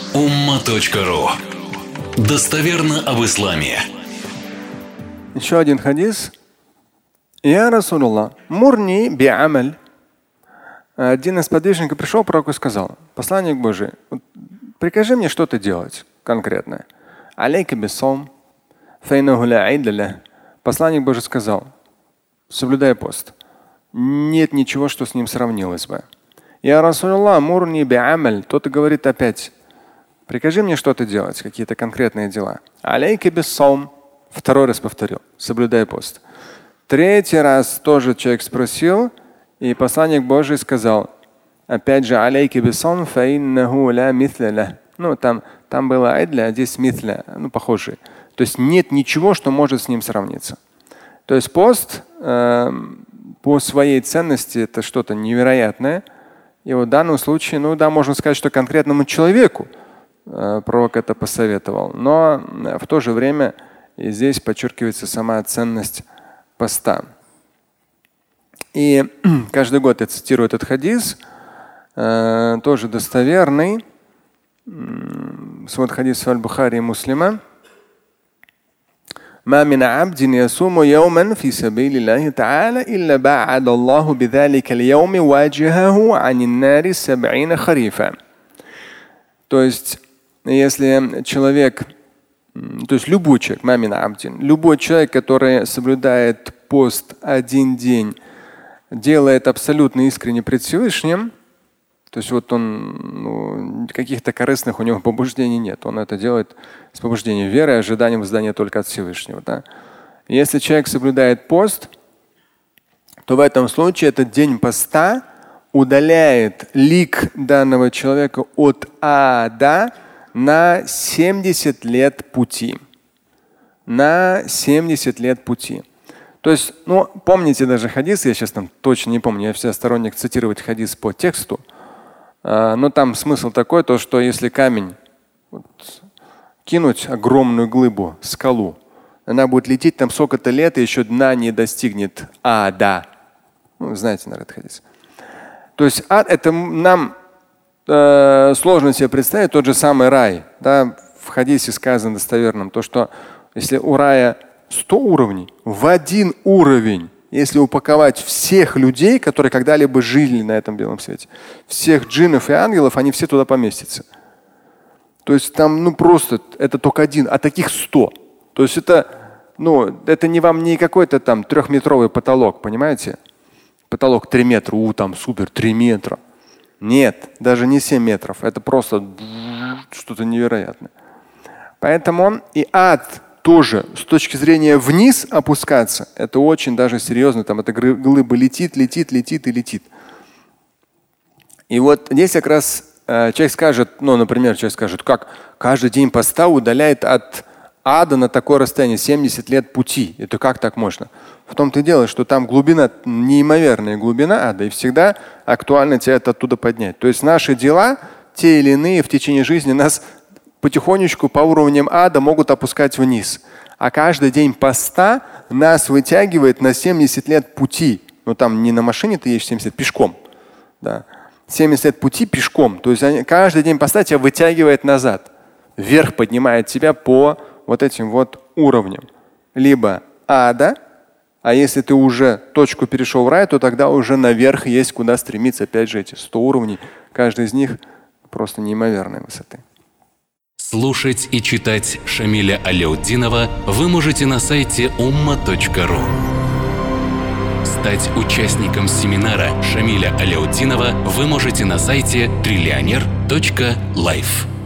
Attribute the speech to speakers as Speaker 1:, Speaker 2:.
Speaker 1: umma.ru. Достоверно об исламе.
Speaker 2: Еще один хадис. Я Расулуллах, мурни би'амаль. Один из подвижников пришел к пророку и сказал: посланник Божий, прикажи мне что-то делать конкретное. Алейка бисом, файнаху ла айда лах. Посланник Божий сказал: соблюдай пост. Нет ничего, что с ним сравнилось бы. Я Расулуллах, мурни би'амаль. Тот и говорит опять: прикажи мне что-то делать, какие-то конкретные дела. Алейка бисом. Второй раз повторил: соблюдай пост. Третий раз тоже человек спросил, и посланник Божий сказал, опять же, алейки бисом фаиннаху ла мисля лах. Ну, там было айдля, а здесь мисля, похожий. То есть нет ничего, что может с ним сравниться. То есть пост по своей ценности это что-то невероятное. И в данном случае, можно сказать, что конкретному человеку пророк это посоветовал. Но в то же время и здесь подчеркивается сама ценность поста. И каждый год я цитирую этот хадис, тоже достоверный. Вот хадис аль-Бухари и Муслима. ما من عبد يصوم يوما في سبيل الله تعالى إلا بعد الله بذلك اليوم واجهه عن النار 70 خريفا. То есть, если человек, то есть любой человек, любой человек, который соблюдает пост один день, делает абсолютно искренне пред Всевышним, то есть вот он, каких-то корыстных у него побуждений нет. Он это делает с побуждением веры и ожиданием воздания только от Всевышнего. Да? Если человек соблюдает пост, то в этом случае этот день поста удаляет лик данного человека от ада на 70 лет пути. На 70 лет пути. То есть, помните даже хадис, я сейчас там точно не помню, я всегда сторонник цитировать хадис по тексту, но там смысл такой, то, что если камень кинуть огромную глыбу, скалу, она будет лететь там сколько-то лет и еще дна не достигнет ада. Знаете, наверное, этот хадис. То есть ад это нам сложно себе представить тот же самый рай. Да? В хадисе сказано достоверном, то, что если у рая 100 уровней, в один уровень, если упаковать всех людей, которые когда-либо жили на этом белом свете, всех джиннов и ангелов, они все туда поместятся. То есть там просто это только один, а таких 100. То есть это не вам не какой-то там 3-метровый потолок, понимаете? Потолок 3 метра, там супер, 3 метра. Нет, даже не 7 метров. Это просто что-то невероятное. Поэтому и ад тоже с точки зрения вниз опускаться, это очень даже серьезно. Там эта глыба летит. И вот здесь как раз человек скажет, например, как каждый день поста удаляет от ада на такое расстояние 70 лет пути. Это как так можно? В том-то и дело, что там глубина, неимоверная глубина ада, и всегда актуально тебя это оттуда поднять. То есть наши дела, те или иные, в течение жизни нас потихонечку по уровням ада могут опускать вниз. А каждый день поста нас вытягивает на 70 лет пути. Там не на машине ты едешь 70 лет, пешком. Да. 70 лет пути пешком. То есть каждый день поста тебя вытягивает назад. Вверх поднимает тебя по вот этим вот уровням. Либо ада, а если ты уже точку перешел в рай, то тогда уже наверх есть куда стремиться. Опять же эти 100 уровней. Каждый из них просто неимоверной высоты.
Speaker 1: Слушать и читать Шамиля Аляутдинова вы можете на сайте umma.ru. Стать участником семинара Шамиля Аляутдинова вы можете на сайте trillioner.life.